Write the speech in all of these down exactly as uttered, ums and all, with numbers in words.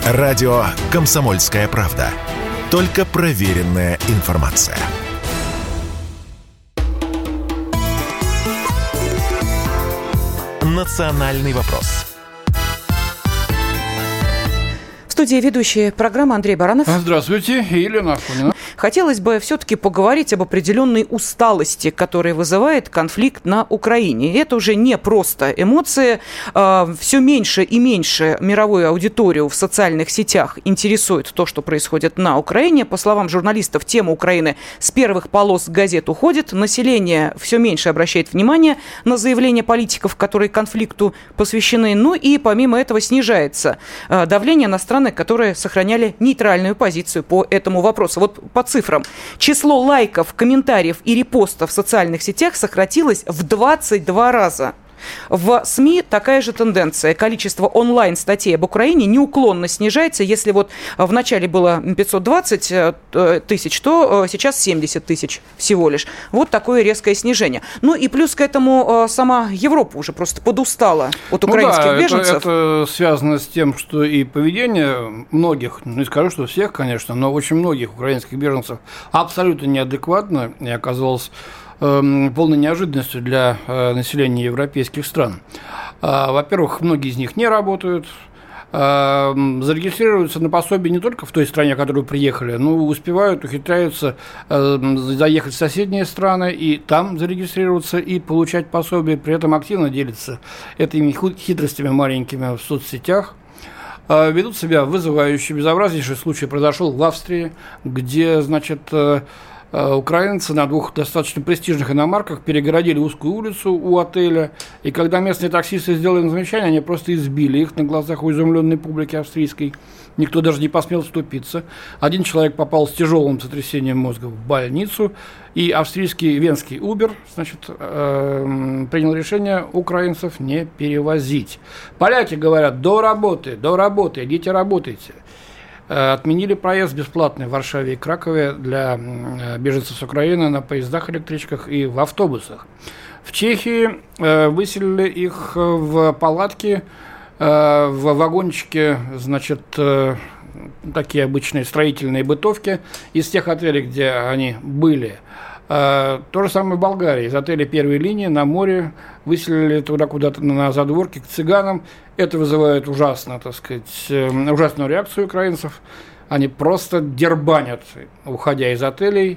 Радио «Комсомольская правда». Только проверенная информация. «Национальный вопрос». В студии ведущая программы Андрей Баранов. Здравствуйте, Елена Афонина. Хотелось бы все-таки поговорить об определенной усталости, которая вызывает конфликт на Украине. И это уже не просто эмоции. Все меньше и меньше мировую аудиторию в социальных сетях интересует то, что происходит на Украине. По словам журналистов, тема Украины с первых полос газет уходит. Население все меньше обращает внимание на заявления политиков, которые конфликту посвящены. Ну и помимо этого снижается давление на страны, которые сохраняли нейтральную позицию по этому вопросу. Вот по цифрам. Число лайков, комментариев и репостов в социальных сетях сократилось в двадцать два раза. В СМИ такая же тенденция. Количество онлайн-статей об Украине неуклонно снижается. Если вот в начале было пятьсот двадцать тысяч, то сейчас семьдесят тысяч всего лишь. Вот такое резкое снижение. Ну и плюс к этому сама Европа уже просто подустала от украинских ну да, беженцев. Это, это связано с тем, что и поведение многих, ну не скажу, что всех, конечно, но очень многих украинских беженцев абсолютно неадекватно и оказалось полной неожиданностью для населения европейских стран. Во-первых, многие из них не работают, зарегистрируются на пособие не только в той стране, в которую приехали, но успевают, ухитряются заехать в соседние страны и там зарегистрироваться и получать пособие, при этом активно делятся этими хитростями маленькими в соцсетях. Ведут себя вызывающе. Безобразнейший случай произошел в Австрии, где, значит, украинцы на двух достаточно престижных иномарках перегородили узкую улицу у отеля, и когда местные таксисты сделали им замечание, они просто избили их на глазах у изумленной публики австрийской. Никто даже не посмел вступиться. Один человек попал с тяжелым сотрясением мозга в больницу, и австрийский венский Uber, значит, э, принял решение украинцев не перевозить. Поляки говорят: до работы, до работы, идите работайте. Отменили проезд бесплатный в Варшаве и Кракове для беженцев с Украины на поездах, электричках и в автобусах. В Чехии выселили их в палатки, в вагончики, значит, такие обычные строительные бытовки из тех отелей, где они были. То же самое в Болгарии. Из отеля первой линии на море выселили туда куда-то на задворки к цыганам. Это вызывает ужасно, так сказать, ужасную реакцию украинцев. Они просто дербанят, уходя из отелей,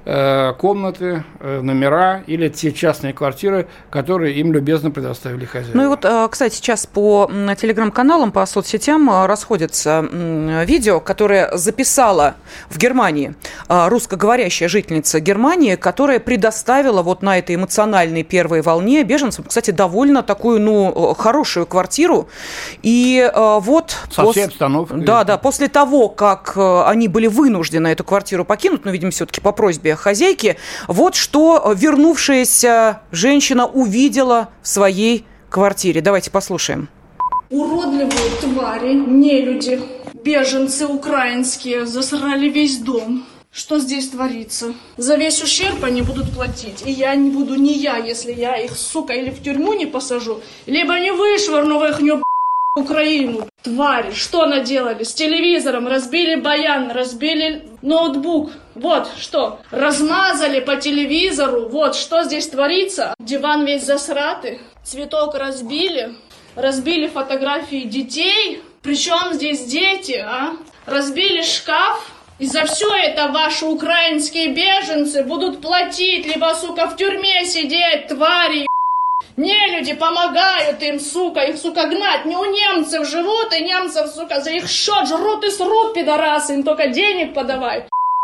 комнаты, номера или те частные квартиры, которые им любезно предоставили хозяева. Ну и вот, кстати, сейчас по телеграм-каналам, по соцсетям расходятся видео, которое записала в Германии русскоговорящая жительница Германии, которая предоставила вот на этой эмоциональной первой волне беженцам, кстати, довольно такую, ну, хорошую квартиру. И вот... Со пос... всей обстановкой. Да, да, после того, как они были вынуждены эту квартиру покинуть, ну, видимо, все-таки по просьбе хозяйки, вот что вернувшаяся женщина увидела в своей квартире. Давайте послушаем. Уродливые твари, нелюди, беженцы украинские засрали весь дом. Что здесь творится? За весь ущерб они будут платить. И я не буду не я, если я их, сука, или в тюрьму не посажу, либо не вышвырну в ихнюю Украину. Твари, что наделали? С телевизором разбили баян, разбили ноутбук. Вот что. Размазали по телевизору. Вот что здесь творится. Диван весь засратый. Цветок разбили. Разбили фотографии детей. Причем здесь дети, а? Разбили шкаф. И за все это ваши украинские беженцы будут платить, либо, сука, в тюрьме сидеть, твари. Нелюди помогают им, сука, их, сука, гнать. Не у немцев живут, и немцев, сука, за их счет жрут и срут, пидорасы, им только денег подавай.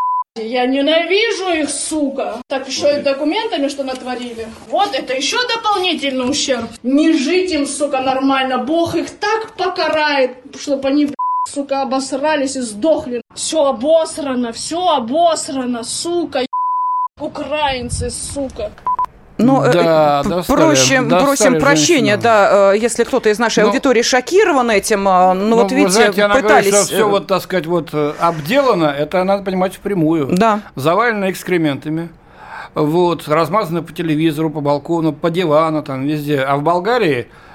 Я ненавижу их, сука. Так еще и документами, что натворили. Вот это еще дополнительный ущерб. Не жить им, сука, нормально. Бог их так покарает, чтобы они, сука, обосрались и сдохли. Все обосрано, все обосрано, сука, украинцы, сука. Но да, э, достали, проще, достали просим прощения, женщину. Да, э, если кто-то из нашей ну, аудитории шокирован этим, ну, ну вот видите, знаете, она пытались... говорит, что все вот, так сказать, вот обделано, это надо понимать впрямую. Да. Завалено экскрементами, вот, размазано по телевизору, по балкону, по дивану, там везде. А в Болгарии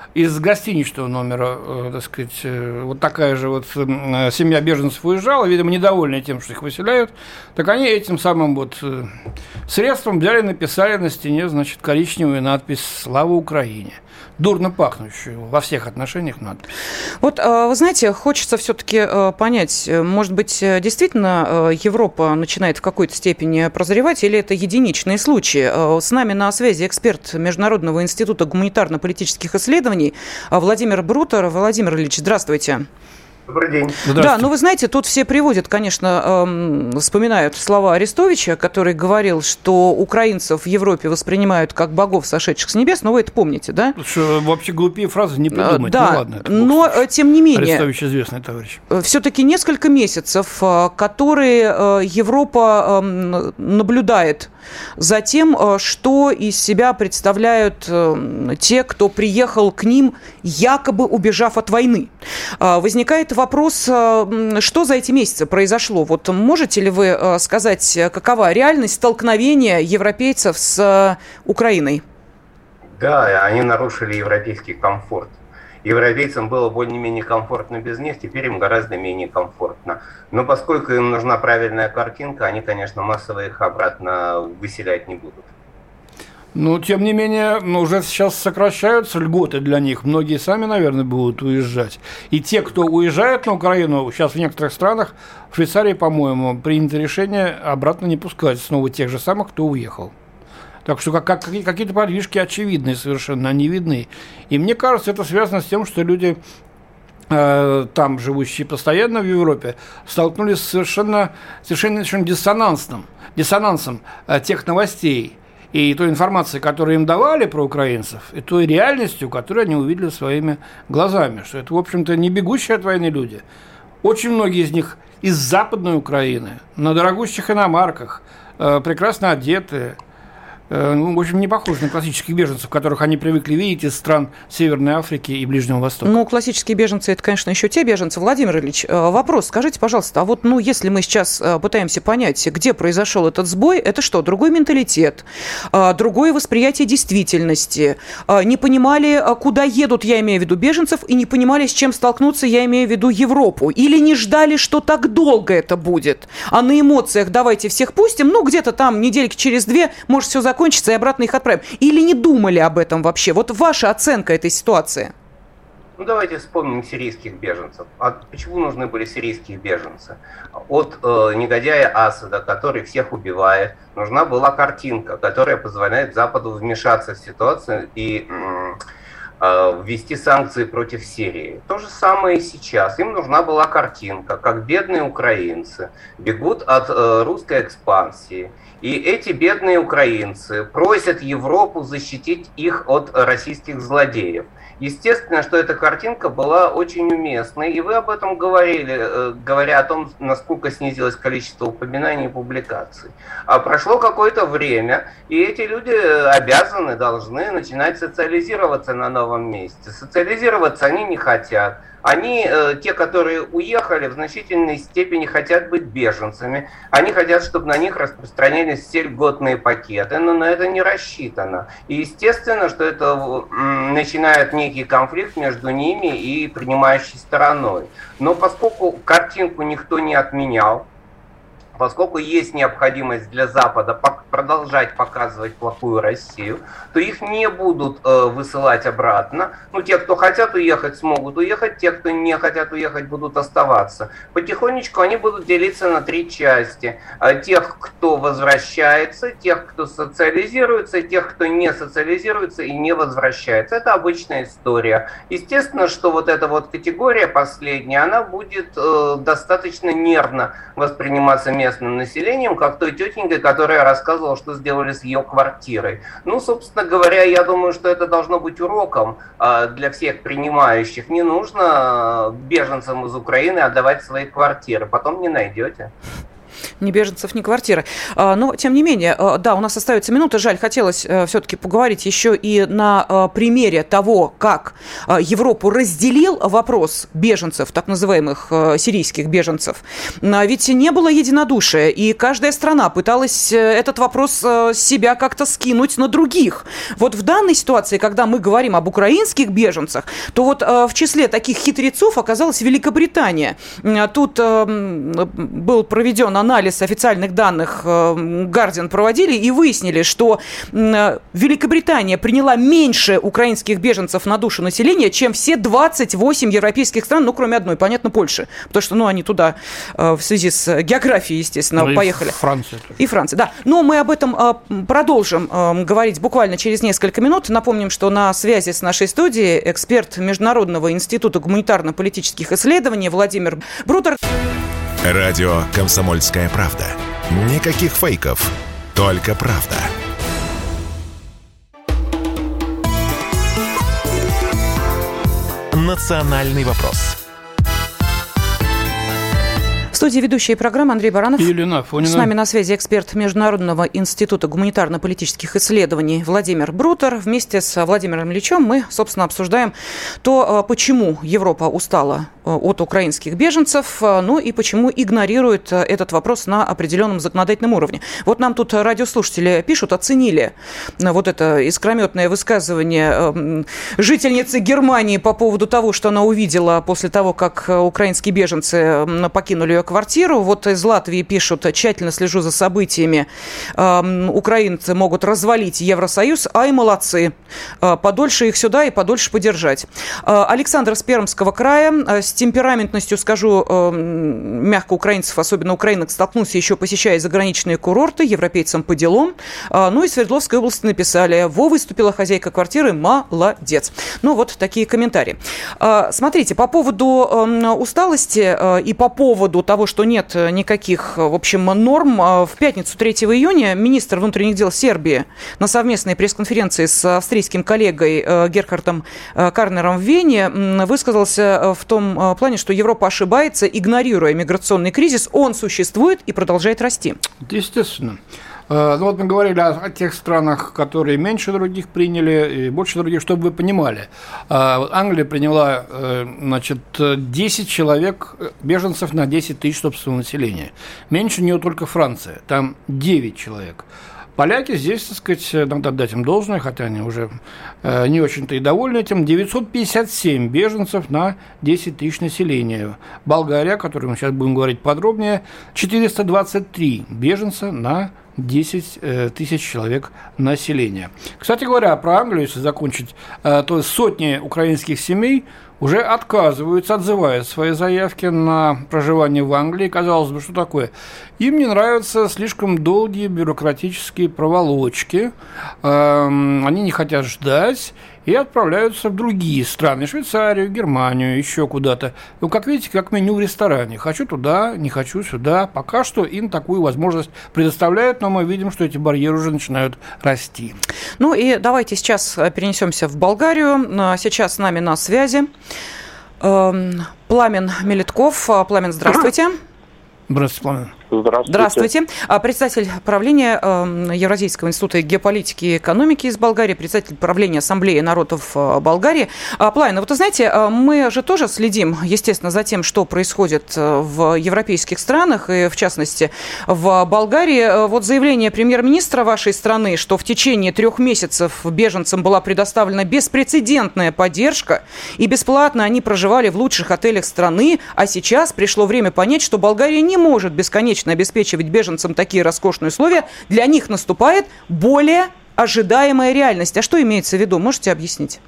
из гостиничного номера, э, так сказать, э, вот такая же вот э, семья беженцев уезжала, видимо, недовольны тем, что их выселяют, так они этим самым вот э, средством взяли, написали на стене, значит, коричневую надпись «Слава Украине». Дурно пахнущую во всех отношениях надпись. Вот, вы знаете, хочется все-таки понять, может быть, действительно Европа начинает в какой-то степени прозревать, или это единичные случаи? С нами на связи эксперт Международного института гуманитарно-политических исследований Владимир Брутер. Владимир Ильич, здравствуйте. Добрый день. Да, ну вы знаете, тут все приводят, конечно, эм, вспоминают слова Арестовича, который говорил, что украинцев в Европе воспринимают как богов, сошедших с небес, но вы это помните, да? Что, вообще глупее фразы не придумать, да, ну ладно. но тем не менее... Арестович известный товарищ. Все-таки несколько месяцев, которые Европа наблюдает за тем, что из себя представляют те, кто приехал к ним, якобы убежав от войны. Возникает вопрос, что за эти месяцы произошло? Вот можете ли вы сказать, какова реальность столкновения европейцев с Украиной? Да, они нарушили европейский комфорт. Европейцам было более-менее комфортно без них, теперь им гораздо менее комфортно. Но поскольку им нужна правильная картинка, они, конечно, массово их обратно выселять не будут. Ну, тем не менее, ну, уже сейчас сокращаются льготы для них. Многие сами, наверное, будут уезжать. И те, кто уезжает на Украину, сейчас в некоторых странах, в Швейцарии, по-моему, принято решение обратно не пускать снова тех же самых, кто уехал. Так что как, как, какие-то подвижки очевидные совершенно, они видны. И мне кажется, это связано с тем, что люди, э, там живущие постоянно в Европе, столкнулись с совершенно, совершенно, совершенно диссонансным, диссонансом э, тех новостей и той информации, которую им давали про украинцев, и той реальностью, которую они увидели своими глазами. Что это, в общем-то, не бегущие от войны люди. Очень многие из них из Западной Украины, на дорогущих иномарках, э, прекрасно одетые, ну, в общем, не похожи на классических беженцев, которых они привыкли видеть из стран Северной Африки и Ближнего Востока. Ну, классические беженцы – это, конечно, еще те беженцы. Владимир Ильич, вопрос. Скажите, пожалуйста, а вот, ну, если мы сейчас пытаемся понять, где произошел этот сбой, это что, другой менталитет, другое восприятие действительности, не понимали, куда едут, я имею в виду беженцев, и не понимали, с чем столкнуться, я имею в виду Европу, или не ждали, что так долго это будет, а на эмоциях давайте всех пустим, ну, где-то там недельки через две, может, все закончится, кончится, и обратно их отправим. Или не думали об этом вообще? Вот ваша оценка этой ситуации. Ну, давайте вспомним сирийских беженцев. А почему нужны были сирийские беженцы? От э, негодяя Асада, который всех убивает, нужна была картинка, которая позволяет Западу вмешаться в ситуацию и э, э, ввести санкции против Сирии. То же самое и сейчас. Им нужна была картинка, как бедные украинцы бегут от э, русской экспансии. И эти бедные украинцы просят Европу защитить их от российских злодеев. Естественно, что эта картинка была очень уместной, и вы об этом говорили, говоря о том, насколько снизилось количество упоминаний и публикаций. А прошло какое-то время, и эти люди обязаны, должны начинать социализироваться на новом месте. Социализироваться они не хотят. Они, те, которые уехали, в значительной степени хотят быть беженцами. Они хотят, чтобы на них распространялись все льготные пакеты, но на это не рассчитано. И естественно, что это начинает некий конфликт между ними и принимающей стороной. Но поскольку картинку никто не отменял, поскольку есть необходимость для Запада продолжать показывать плохую Россию, то их не будут э, высылать обратно. Ну, те, кто хотят уехать, смогут уехать, те, кто не хотят уехать, будут оставаться. Потихонечку они будут делиться на три части. Тех, кто возвращается, тех, кто социализируется, тех, кто не социализируется и не возвращается. Это обычная история. Естественно, что вот эта вот категория последняя, она будет э, достаточно нервно восприниматься местным местным населением, как той тетенькой, которая рассказывала, что сделали с ее квартирой. Ну, собственно говоря, я думаю, что это должно быть уроком э, для всех принимающих. Не нужно беженцам из Украины отдавать свои квартиры, потом не найдете. Ни беженцев, ни квартиры. Но, тем не менее, да, у нас остается минута. Жаль, хотелось все-таки поговорить еще и на примере того, как Европу разделил вопрос беженцев, так называемых сирийских беженцев. Ведь не было единодушия, и каждая страна пыталась этот вопрос с себя как-то скинуть на других. Вот в данной ситуации, когда мы говорим об украинских беженцах, то вот в числе таких хитрецов оказалась Великобритания. Тут был проведен анализ официальных данных, Guardian проводили, и выяснили, что Великобритания приняла меньше украинских беженцев на душу населения, чем все двадцать восемь европейских стран, ну, кроме одной, понятно, Польши. Потому что, ну, они туда в связи с географией, естественно, ну, поехали. И Франция тоже. И Франция, да. Но мы об этом продолжим говорить буквально через несколько минут. Напомним, что на связи с нашей студией эксперт Международного института гуманитарно-политических исследований Владимир Брутер. Радио «Комсомольская правда». Никаких фейков, только правда. «Национальный вопрос». В студии ведущие программы Андрей Баранов. И Елена Афонина. С нами на связи эксперт Международного института гуманитарно-политических исследований Владимир Брутер. Вместе с Владимиром Ильичем мы, собственно, обсуждаем то, почему Европа устала от украинских беженцев, ну и почему игнорирует этот вопрос на определенном законодательном уровне. Вот нам тут радиослушатели пишут, оценили вот это искрометное высказывание жительницы Германии по поводу того, что она увидела после того, как украинские беженцы покинули ее квартиру. Вот из Латвии пишут: тщательно слежу за событиями. Украинцы могут развалить Евросоюз, ай, молодцы. Подольше их сюда и подольше подержать. Александр из Пермского края. С темпераментностью, скажу мягко, украинцев, особенно украинок, столкнулся еще посещая заграничные курорты, европейцам по делам. Ну и в Свердловской области написали: во, выступила хозяйка квартиры, молодец. Ну вот такие комментарии. Смотрите, по поводу усталости и по поводу того, что нет никаких, в общем, норм, в пятницу третьего июня министр внутренних дел Сербии на совместной пресс-конференции с австрийским коллегой Герхардом Карнером в Вене высказался в том плане, что Европа ошибается, игнорируя миграционный кризис. Он существует и продолжает расти. Естественно. Ну вот мы говорили о, о тех странах, которые меньше других приняли и больше других, чтобы вы понимали. Англия приняла, значит, десять человек, беженцев на десять тысяч собственного населения. Меньше нее только Франция, там девять человек. Поляки здесь, так сказать, надо отдать им должное, хотя они уже не очень-то и довольны этим. девятьсот пятьдесят семь беженцев на десять тысяч населения. Болгария, о которой мы сейчас будем говорить подробнее, четыреста двадцать три беженца на десять тысяч человек населения. Кстати говоря, про Англию, если закончить, то сотни украинских семей уже отказываются, отзывая свои заявки на проживание в Англии. Казалось бы, что такое? Им не нравятся слишком долгие бюрократические проволочки, они не хотят ждать и отправляются в другие страны, Швейцарию, Германию, еще куда-то. Ну, как видите, как меню в ресторане. Хочу туда, не хочу сюда. Пока что им такую возможность предоставляют, но мы видим, что эти барьеры уже начинают расти. Ну и давайте сейчас перенесемся в Болгарию. Сейчас с нами на связи Пламен Мелитков. Пламен, здравствуйте. Здравствуйте, Пламен. Здравствуйте. Здравствуйте. Председатель правления Евразийского института геополитики и экономики из Болгарии, председатель правления Ассамблеи народов Болгарии. Пламен, вот вы знаете, мы же тоже следим, естественно, за тем, что происходит в европейских странах, и в частности в Болгарии. Вот заявление премьер-министра вашей страны, что в течение трех месяцев беженцам была предоставлена беспрецедентная поддержка, и бесплатно они проживали в лучших отелях страны, а сейчас пришло время понять, что Болгария не может бесконечно обеспечивать беженцам такие роскошные условия, для них наступает более ожидаемая реальность. А что имеется в виду? Можете объяснить?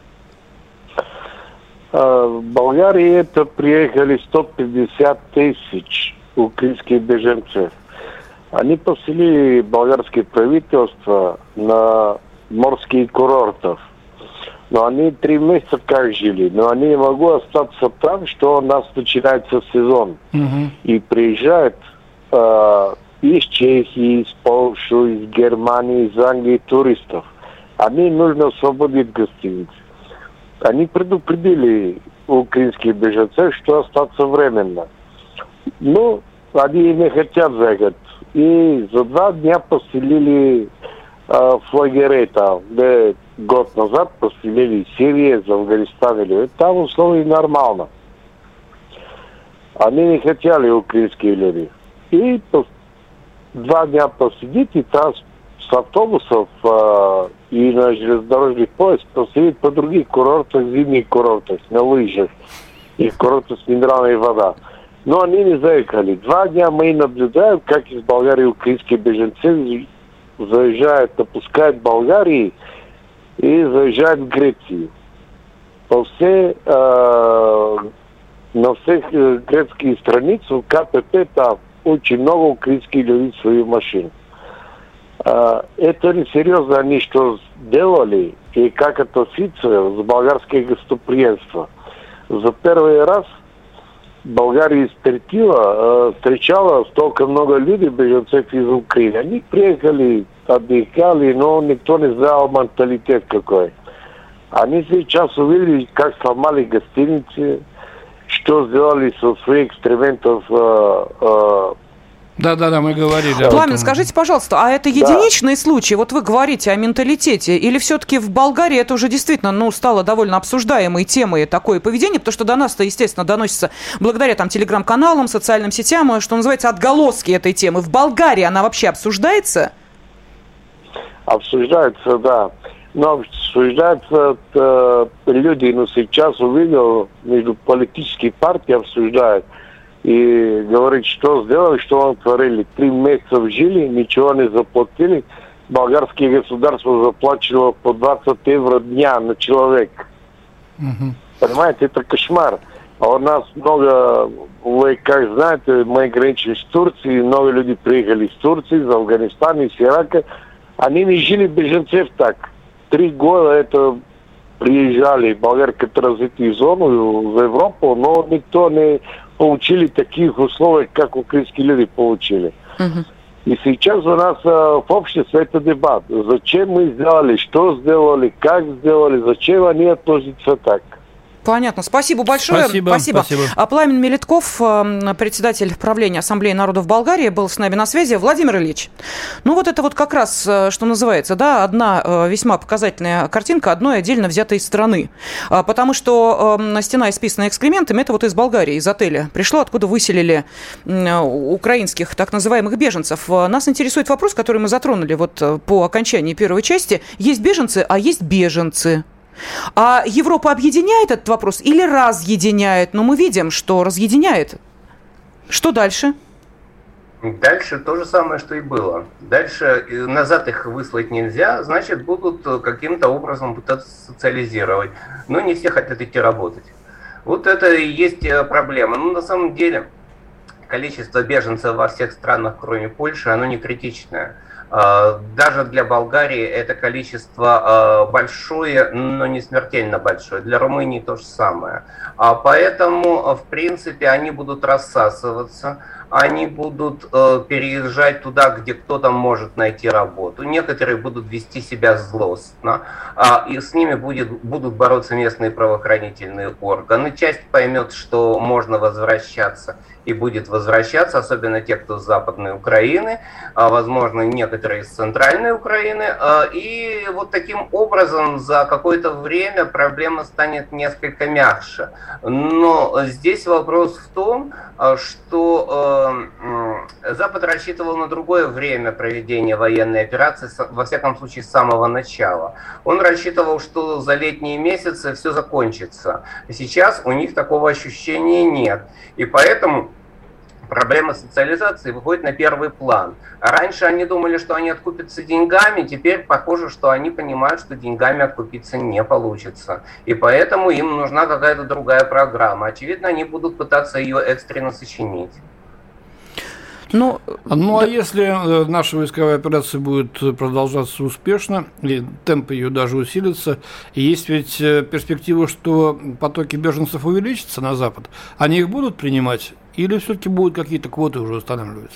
В Болгарии это приехали сто пятьдесят тысяч украинских беженцев. Они поселили болгарское правительство на морские курорты. Но они три месяца как жили, но они не могут остаться там, что у нас начинается сезон. Uh-huh. И приезжают э, из Чехии, из Польши, из Германии, из Англии туристов. Они нужно освободить гостиницы. Они предупредили украинских беженцев, что остаться временно. Ну, они не хотят заехать. И за два дня поселили э, в лагере там, где год назад поселили в Сирии, из Афганистана. Там условия нормально. Они не хотели, украинские люди. И по, два дня посидеть, и там с автобусов э, и на железнодорожный поезд поселить по других курортах, зимних курортах, на лыжах и курортах с минеральной водой. Но они не заехали. Два дня мы наблюдаем, как из Болгарии украинские беженцы заезжают, опускают в Болгарии и заезжают в Грецию. По всей, э, на всех э, грецких страницах в КПП там очень много украинских людей в свою машину. Э, это несерьезно они что сделали и как относиться с болгарским гостеприимством. За первый раз Болгария встретила, э, встречала столько много людей, беженцев из Украины. Они приехали, отдыхали, но никто не знал менталитет какой. Они сейчас увидели, как сломали гостиницы, что сделали со своих экстрементов. Э, э, Да-да-да, мы говорили. Пламен, скажите, пожалуйста, а это единичные да. случаи? Вот вы говорите о менталитете, или все-таки в Болгарии это уже действительно, ну, стало довольно обсуждаемой темой такое поведение, потому что до нас-то, естественно, доносится благодаря там телеграм-каналам, социальным сетям, что называется, отголоски этой темы. В Болгарии она вообще обсуждается? Обсуждается, да. Но обсуждаются э, люди, но сейчас увидел, между политическими партиями обсуждают. И говорит, что сделали, что он творили. Три месяца жили, ничего не заплатили. Болгарское государство заплачивало по двадцать евро дня на человека. Uh-huh. Понимаете, это кошмар. А у нас много, вы как знаете, мы граничим с Турцией, много людей приехали из Турции, из Афганистана, из Ирака. Они не жили беженцев так. Три года это приезжали болгарки в транзитную зону в Европу, но никто не получили таких условий, как украинские люди получили. Uh-huh. И сейчас у нас э, в обществе это дебат. Зачем мы сделали, что сделали, как сделали, зачем они относятся так. Понятно. Спасибо большое. Спасибо. Спасибо. Спасибо. А Пламен Мелитков, председатель правления Ассамблеи народов Болгарии, был с нами на связи. Владимир Ильич, ну вот это вот как раз, что называется, да, одна весьма показательная картинка одной отдельно взятой страны. Потому что стена, исписанная экскрементами, это вот из Болгарии, из отеля пришло, откуда выселили украинских так называемых беженцев. Нас интересует вопрос, который мы затронули вот по окончании первой части. Есть беженцы, а есть беженцы. А Европа объединяет этот вопрос или разъединяет? Но мы видим, что разъединяет. Что дальше? Дальше то же самое, что и было. Дальше назад их выслать нельзя, значит, будут каким-то образом пытаться социализировать. Но не все хотят идти работать. Вот это и есть проблема. Но на самом деле количество беженцев во всех странах, кроме Польши, оно не критичное. Даже для Болгарии это количество большое, но не смертельно большое. Для Румынии то же самое. Поэтому, в принципе, они будут рассасываться, они будут переезжать туда, где кто-то может найти работу. Некоторые будут вести себя злостно, и с ними будет, будут бороться местные правоохранительные органы. Часть поймет, что можно возвращаться, и будет возвращаться, особенно те, кто с Западной Украины, возможно, некоторые из Центральной Украины. И вот таким образом за какое-то время проблема станет несколько мягче. Но здесь вопрос в том, что Запад рассчитывал на другое время проведения военной операции, во всяком случае, с самого начала. Он рассчитывал, что за летние месяцы все закончится. Сейчас у них такого ощущения нет. И поэтому проблема социализации выходит на первый план. Раньше они думали, что они откупятся деньгами, теперь похоже, что они понимают, что деньгами откупиться не получится. И поэтому им нужна какая-то другая программа. Очевидно, они будут пытаться ее экстренно сочинить. Ну, ну а если наша войсковая операция будет продолжаться успешно, и темп ее даже усилится, и есть ведь перспектива, что потоки беженцев увеличатся на Запад, они их будут принимать или все-таки будут какие-то квоты уже устанавливать?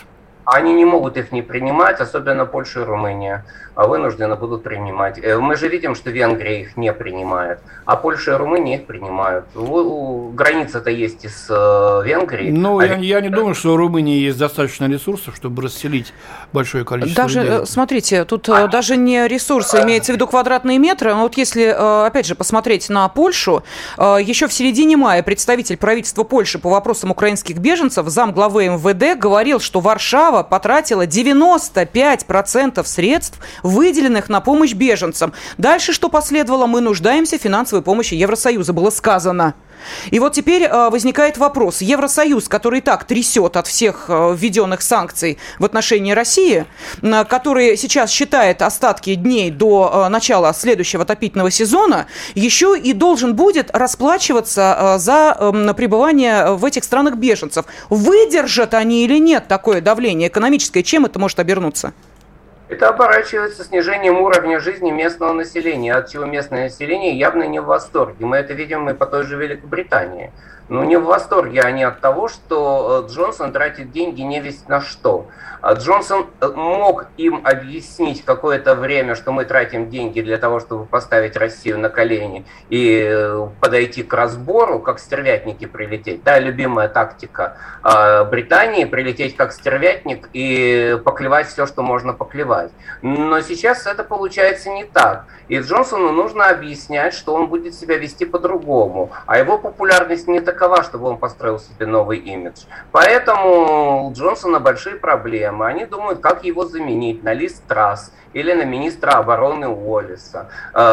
Они не могут их не принимать, особенно Польша и Румыния, а вынуждены будут принимать. Мы же видим, что Венгрия их не принимает, а Польша и Румыния их принимают. Граница-то есть и с Венгрией. Ну, а я, я не думаю, что у Румынии есть достаточно ресурсов, чтобы расселить большое количество даже, людей. Смотрите, тут а... даже не ресурсы, имеется в виду квадратные метры. Но вот если, опять же, посмотреть на Польшу, еще в середине мая представитель правительства Польши по вопросам украинских беженцев, замглавы эм вэ дэ, говорил, что Варшава потратила девяносто пять процентов средств, выделенных на помощь беженцам. Дальше что последовало? Мы нуждаемся в финансовой помощи Евросоюза, было сказано. И вот теперь э, возникает вопрос. Евросоюз, который и так трясет от всех э, введенных санкций в отношении России, э, который сейчас считает остатки дней до э, начала следующего отопительного сезона, еще и должен будет расплачиваться э, за э, пребывание в этих странах беженцев. Выдержат они или нет такое давление экономическое? Чем это может обернуться? Это оборачивается снижением уровня жизни местного населения, от чего местное население явно не в восторге. Мы это видим и по той же Великобритании. Но не в восторге они от того, что Джонсон тратит деньги не весть на что. Джонсон мог им объяснить какое-то время, что мы тратим деньги для того, чтобы поставить Россию на колени и подойти к разбору, как стервятники прилететь. Да, любимая тактика Британии — прилететь как стервятник и поклевать все, что можно поклевать. Но сейчас это получается не так. И Джонсону нужно объяснять, что он будет себя вести по-другому. А его популярность не такова, чтобы он построил себе новый имидж. Поэтому у Джонсона большие проблемы. Они думают, как его заменить на Лиз Трасс или на министра обороны Уоллеса.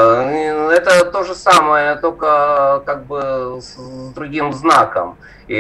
Это то же самое, только как бы с другим знаком.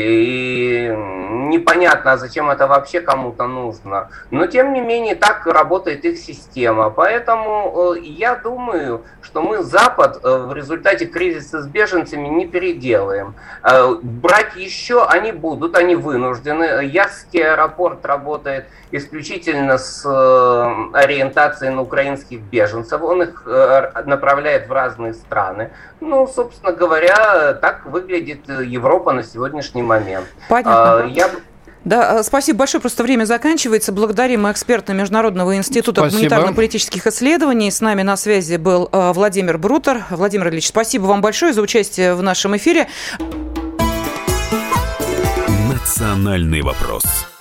И непонятно, зачем это вообще кому-то нужно. Но, тем не менее, так работает их система. Поэтому я думаю, что мы Запад в результате кризиса с беженцами не переделаем. Брать еще они будут, они вынуждены. Ясский аэропорт работает исключительно с ориентацией на украинских беженцев. Он их направляет в разные страны. Ну, собственно говоря, так выглядит Европа на сегодняшний момент. Понятно. Я... Да, спасибо большое. Просто время заканчивается. Благодарим эксперта Международного института Спасибо. гуманитарно-политических исследований. С нами на связи был Владимир Брутер. Владимир Ильич, спасибо вам большое за участие в нашем эфире. Национальный вопрос.